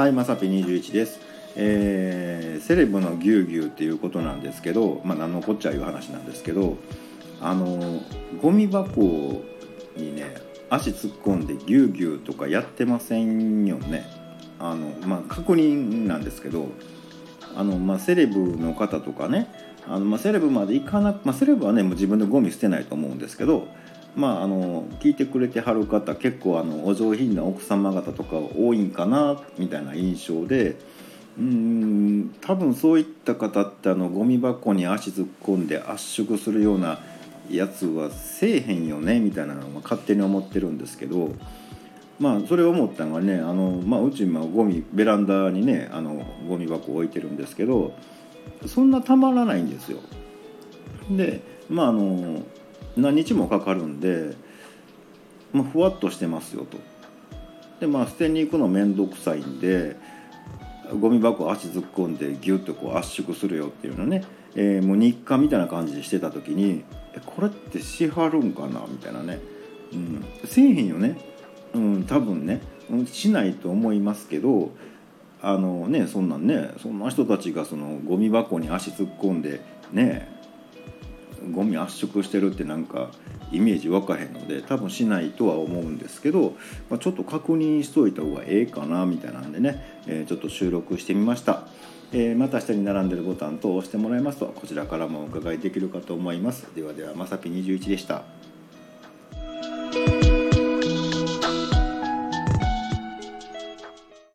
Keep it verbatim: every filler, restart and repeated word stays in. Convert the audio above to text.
はい、まさぴにじゅういちです。えーセレブのギュウギュウっていうことなんですけど、まあ何のこっちゃいう話なんですけど、あのゴミ箱にね足突っ込んでギュウギュウとかやってませんよね。あのまあ確認なんですけど、あのまあセレブの方とかね、あのまあセレブまで行かなく、まあセレブはねもう自分でゴミ捨てないと思うんですけど。まあ、あの聞いてくれてはる方結構あのお上品な奥様方とか多いんかなみたいな印象で、うーん多分そういった方ってあのゴミ箱に足突っ込んで圧縮するようなやつはせえへんよねみたいなのを勝手に思ってるんですけど、まあそれを思ったのがね、あの、まあ、うち今ゴミベランダにねあのゴミ箱置いてるんですけど、そんなたまらないんですよ。でまああの何日もかかるんで、まあ、ふわっとしてますよと。でまあ捨てに行くの面倒くさいんでゴミ箱足突っ込んでギュッとこう圧縮するよっていうのね、えー、もう日課みたいな感じでしてた時にえこれってしはるんかなみたいなね、うん、せえへんよね、うん、多分ねしないと思いますけど、あのねそんなんねそんな人たちがそのゴミ箱に足突っ込んでねゴミ圧縮してるってなんかイメージわかへんので多分しないとは思うんですけど、まあ、ちょっと確認しといた方がええかなみたいなんでね、えー、ちょっと収録してみました。えー、また下に並んでるボタンと押してもらいますとこちらからもお伺いできるかと思います。ではではまさぴにじゅういちでした。